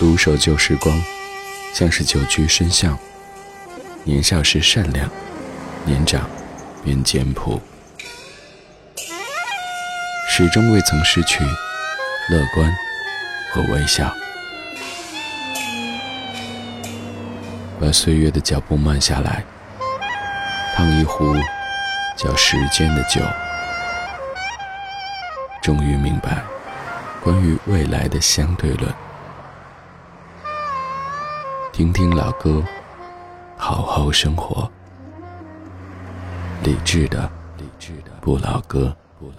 独守旧时光，像是久居深巷。年少时善良，年长便简朴，始终未曾失去乐观和微笑。把岁月的脚步慢下来，烫一壶叫时间的酒，终于明白关于未来的相对论。听听老歌，好好生活。理智的不老歌。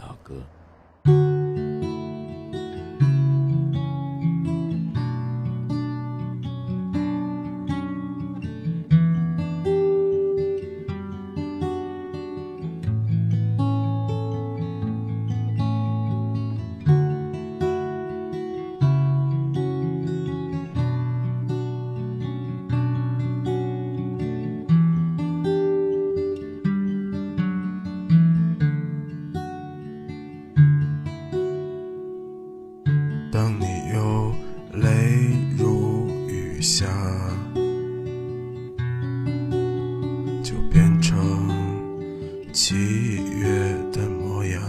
当你有泪如雨下，就变成7月的模样。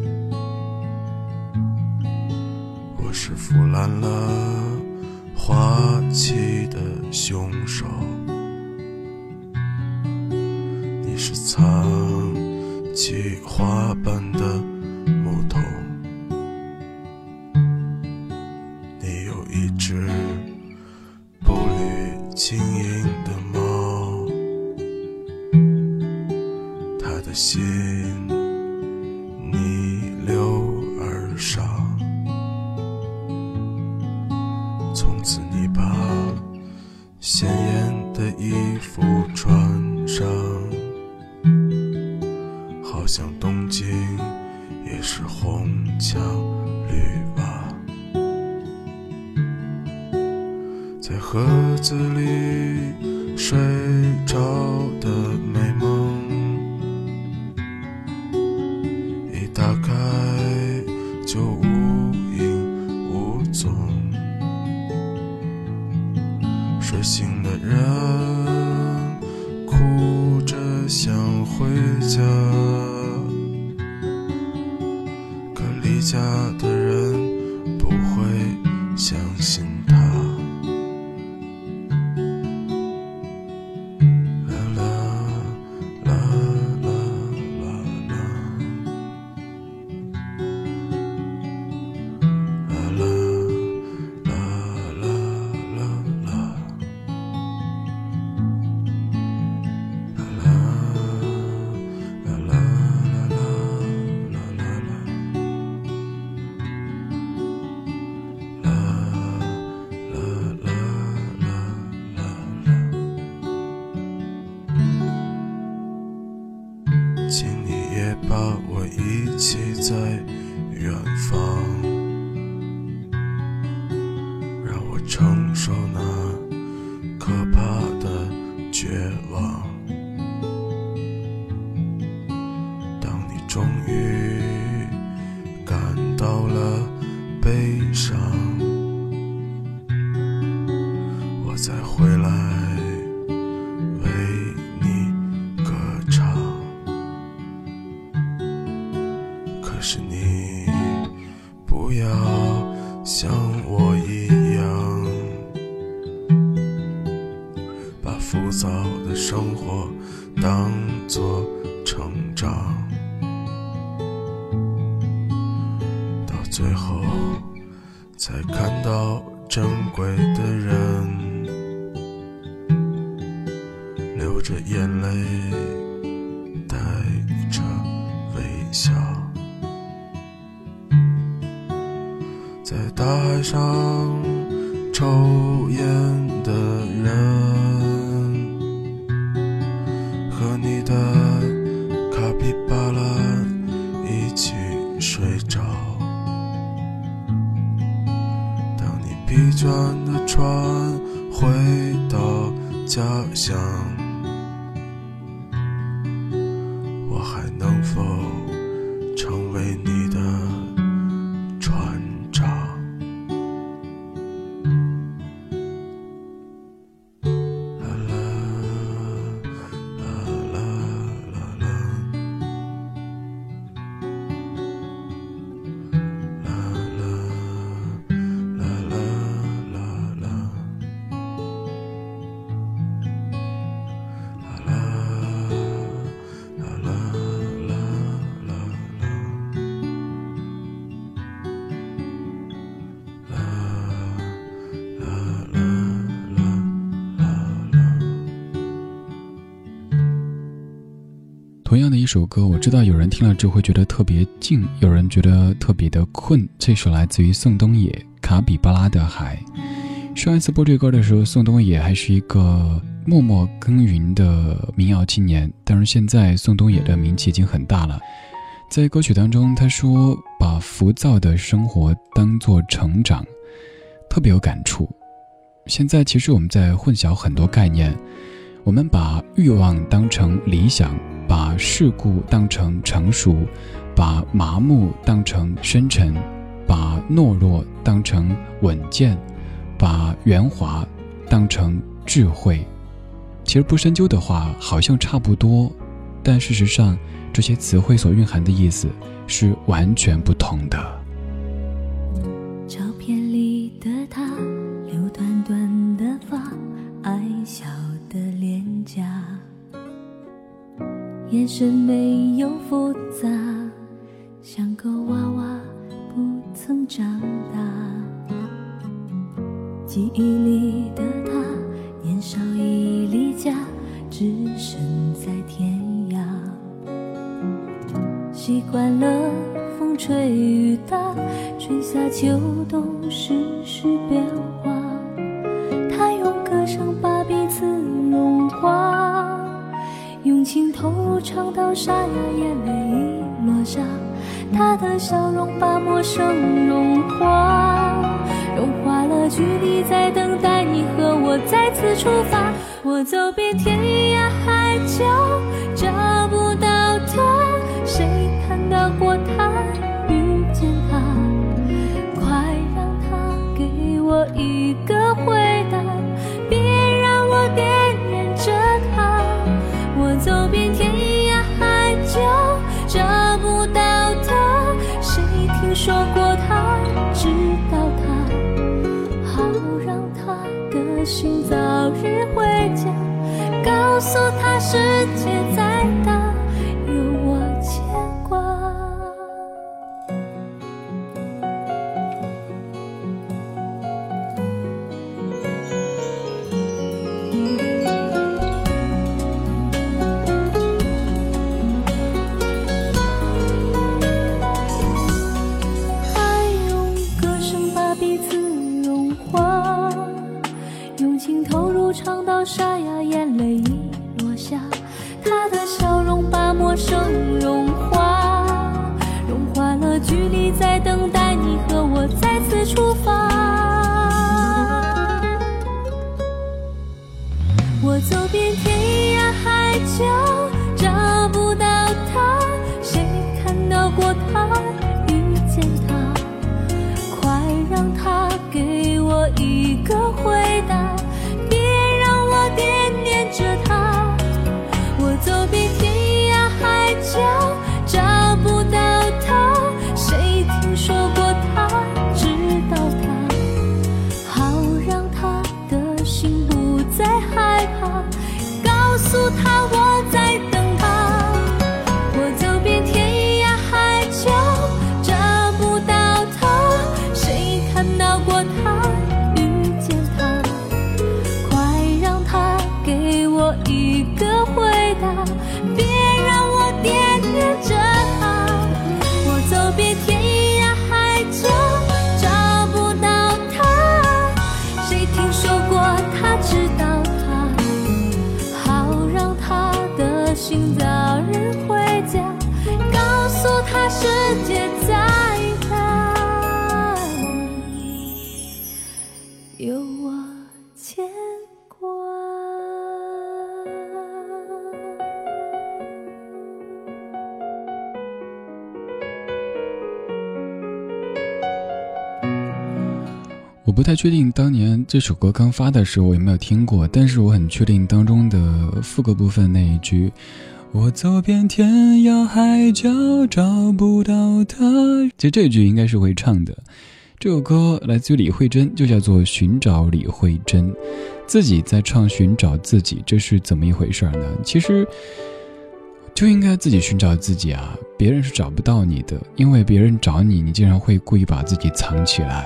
我是腐烂了花期的凶手，你是藏起花瓣的木头。你有一只步履轻盈的猫，它的心逆流而上。从此你把鲜艳的衣服穿上，好像东京也是红墙绿瓦。在盒子里睡着的美梦，一打开就无影无踪。睡醒的人哭着想回家，可离家的人不会相信他。请你也把我遗弃在远方，让我承受那可怕的绝望。当你终于感到了悲伤，我再回来为你歌唱。可是你不要像我一样，把浮躁的生活当作成长，到最后才看到珍贵的人流着眼泪，带着微笑。在大海上抽烟的人，和你的卡皮巴拉一起睡着。当你疲倦的船回到家乡，我还能否成为你的船长？ 同样的一首歌，我知道有人听了之后会觉得特别静，有人觉得特别的困。这首来自于宋冬野《卡比巴拉的海》。上一次播这歌的时候，宋冬野还是一个默默耕耘的民谣青年，但是现在宋冬野的名气已经很大了。在歌曲当中，他说把浮躁的生活当作成长，特别有感触。现在其实我们在混淆很多概念，我们把欲望当成理想，把世故当成成熟，把麻木当成深沉，把懦弱当成稳健，把圆滑当成智慧。其实不深究的话好像差不多，但事实上这些词汇所蕴含的意思是完全不同的。 照片里的他留短短的发，爱笑的脸颊，眼神没有复杂，像个娃娃不曾长大。记忆里的他年少已离家，只身在天涯，习惯了风吹雨打，春夏秋冬世事变化，他用歌声把彼此融化，用情投入唱到沙哑，眼泪已落下，他的笑容把陌生融化，融化了距离，在等待你和我再次出发。我走遍天涯海角找不到他，谁看到过他，遇见他，快让他给我一个回答，别让我惦念着他。我走遍天涯海角找不到他，谁听说过他，知道他，好让他的心早日回家，告诉他世界再大有我牵挂。爱用歌声把彼此融化，用情投入唱到沙哑，眼泪已落下，他的笑容把陌生融化，融化了距离，在等待你和我再次出发。我走遍天涯海角找不到他，谁看到过他，遇见他，快让他给我一个回答，别让我惦念着他。我走遍天涯海角找不到他，谁听说过他，知道他，好让他的心不再害怕，告诉他我在等他。我走遍天涯海角找不到他，谁看到过他，遇见他，快让他给我一个回答，别让我惦念着他。我走遍天涯海角找不到他，谁听说过他，知道他，好让他的心早日回家，告诉他世界再大有我牵挂。 我不太确定当年这首歌刚发的时候我有没有听过，但是我很确定当中的副歌部分那一句，我走遍天涯海角找不到他，其实这句应该是会唱的。这首歌来自于李慧珍，就叫做寻找李慧珍，自己在唱寻找自己，这是怎么一回事呢？其实就应该自己寻找自己啊，别人是找不到你的，因为别人找你，你竟然会故意把自己藏起来。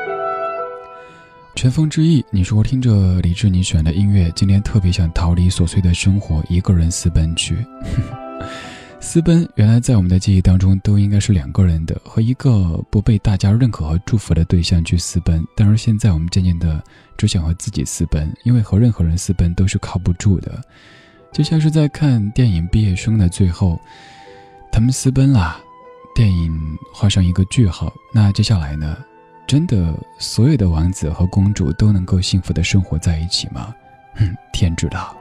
尘封之意，你说听着李志你选的音乐，今天特别想逃离琐碎的生活，一个人私奔去。 私奔原来在我们的记忆当中都应该是两个人的，和一个不被大家认可和祝福的对象去私奔，但是现在我们渐渐的只想和自己私奔，因为和任何人私奔都是靠不住的。就像是在看电影《毕业生》的最后，他们私奔了，电影画上一个句号，那接下来呢？真的所有的王子和公主都能够幸福的生活在一起吗？天知道。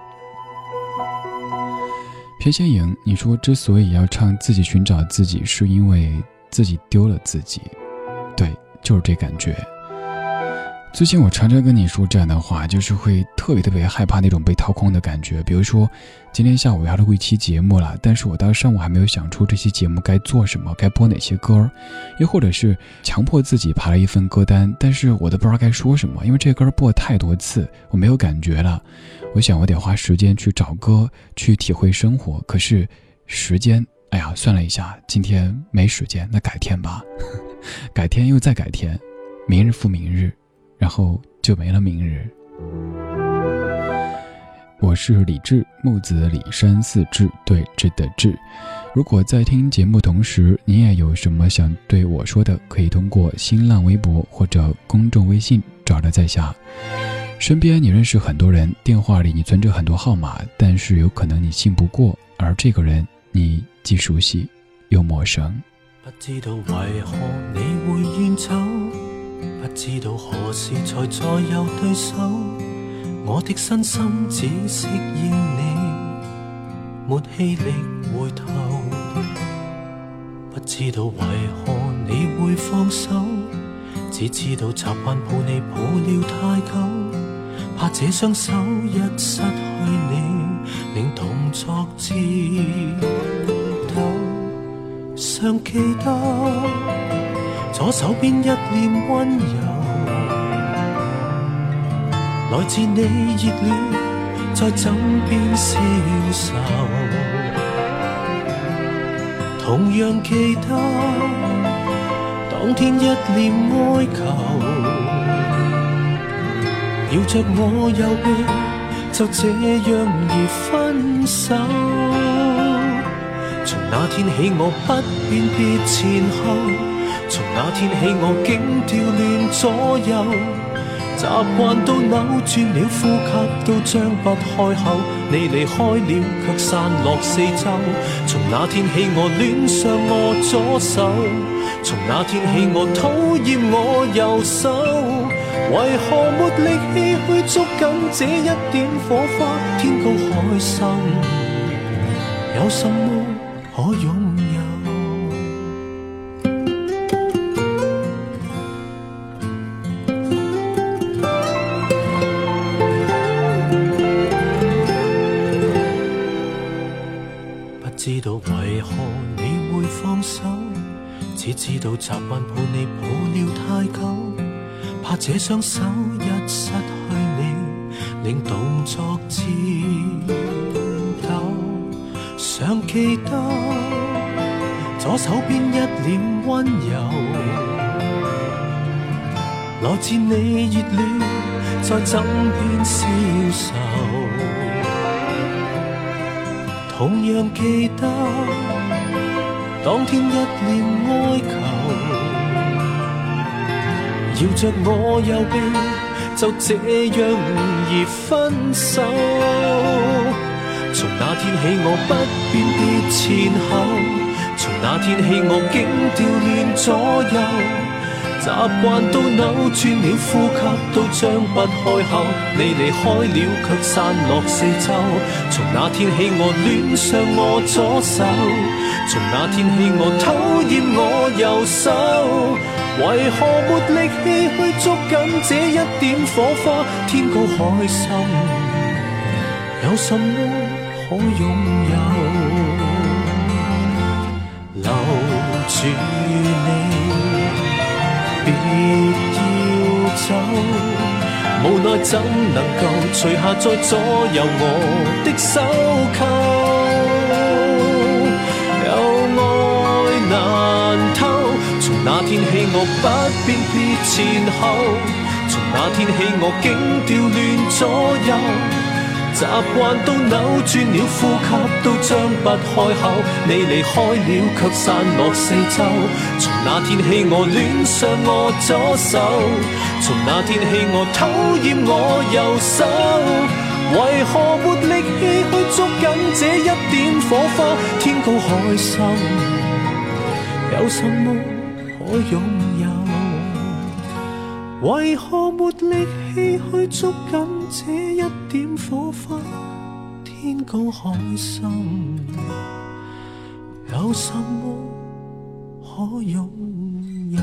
裴先颖，你说之所以要唱自己寻找自己，是因为自己丢了自己。对，就是这感觉。最近我常常跟你说这样的话，就是会特别害怕那种被掏空的感觉。比如说今天下午要录一期节目了，但是我到上午还没有想出这期节目该做什么，该播哪些歌，又或者是强迫自己排了一份歌单，但是我都不知道该说什么，因为这歌播了太多次，我没有感觉了。我想我得花时间去找歌，去体会生活，可是时间，哎呀，算了一下，今天没时间，那改天吧。改天又再改天，明日复明日，然后就没了明日。我是李志，木子李山寺志，对志的志。如果在听节目同时你也有什么想对我说的，可以通过新浪微博或者公众微信找到在下。身边你认识很多人，电话里你存着很多号码，但是有可能你信不过，而这个人你既熟悉又陌生。 不知道為何你會遠走，不知道何時才再有對手，我的身心只適應你，沒氣力回頭。不知道為何你會放手，只知道習慣抱你抱了太久，怕這雙手一失去你，令動作顫抖。尚記得左手邊一臉溫柔，來自你熱臉在枕邊消愁。同樣記得當天一臉哀求，搖着我右臂就這樣而分手。從那天起我不辨別前後，從那天起我竟調亂左右，習慣都扭轉了，呼吸都張不開口，你離開了卻散落四周。從那天起我戀上我左手，從那天起我討厭我右手，為何沒力氣去捉緊這一點火花？天高海深，有什麼可擁有？不知道為何你會放手，只知道習慣抱你抱了太久，怕這雙手一失去你，令動作顫抖。尚記得左手邊一臉溫柔，來自你熱戀在枕邊消愁。同樣記得當天一臉哀求，搖着我右臂就這樣而分手。從那天起我不辨別前後，從那天起我竟調亂左右，習慣都扭轉了，呼吸都張不開口，你離開了卻散落四周。從那天起我戀上我左手，從那天起我討厭我右手，為何沒力氣去捉緊這一點火花？天高海深，有什麼可擁有？留住你，別要走，無奈怎能夠除下再左右我的手扣？有愛難透，從那天起我不辨別前後，從那天起我竟調亂左右， 習慣都扭轉了，呼吸都張不開口。你離開了，卻散落四周。從那天起，我戀上我左手，從那天起，我討厭我右手。為何沒力氣去捉緊這一點火花？天高海深，有什麼可擁有？為何沒力氣去捉緊這一點火花？天高海深，有什麼可擁有？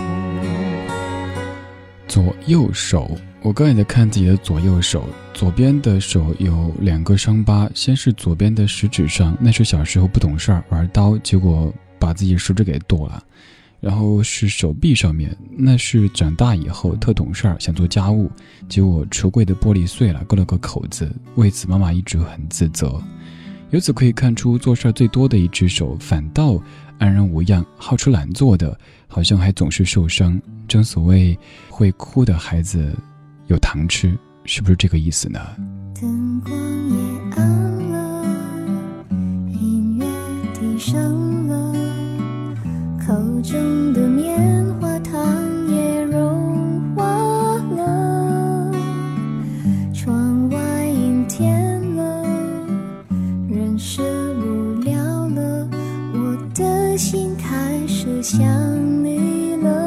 左右手，我刚才在看自己的左右手，左边的手有2个伤疤，先是左边的食指上，那是小时候不懂事儿玩刀，结果把自己食指给剁了。然后是手臂上面，那是长大以后特懂事儿，想做家务，结果橱柜的玻璃碎了，割了个口子，为此妈妈一直很自责。由此可以看出，做事最多的一只手反倒安然无恙，好吃懒做的好像还总是受伤。正所谓会哭的孩子有糖吃，是不是这个意思呢？ 灯光也暗了，音乐低声了，口中的棉花糖也融化了，窗外阴天了，人是无聊了，我的心开始想你了。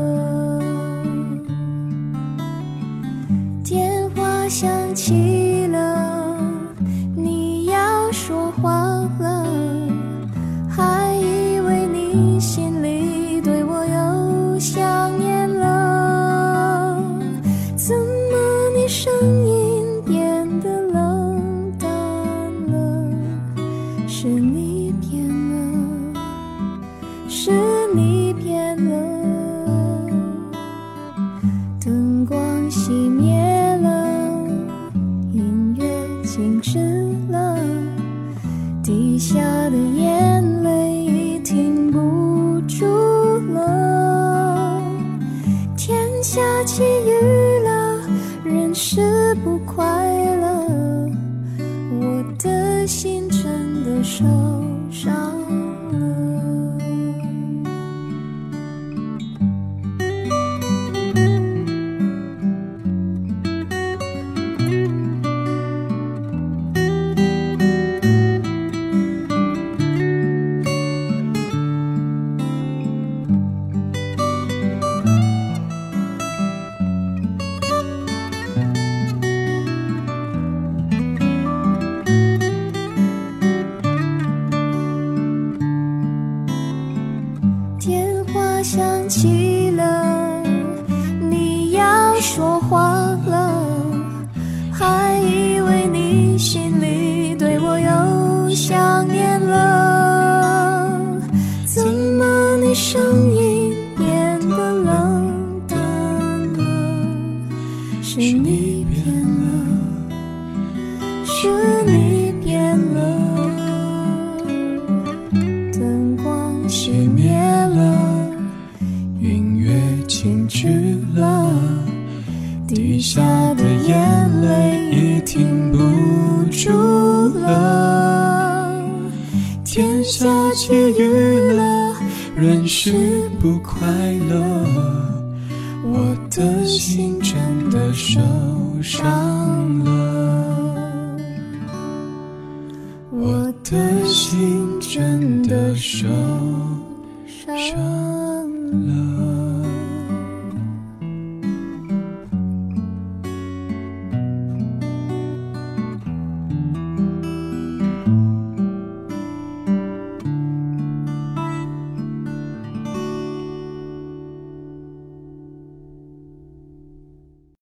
电话响起了，你要说话了，还以为你心里对我又想念了，怎么你声音变得冷淡了？是你变了，是你变了。灯光熄灭了，音乐静止了，滴下的眼泪已停不住了，天下起雨了，人是不快乐，我的心真的受伤了。电话响起了，你要说话了，还以为你心里对我又想念了，怎么你声音变得冷淡了？是你变了，是你变了。灯光熄灭了，音乐静止了，滴下的眼泪已停不住了，天下起雨了，人是不快乐，我的心真的受伤了，我的心真的受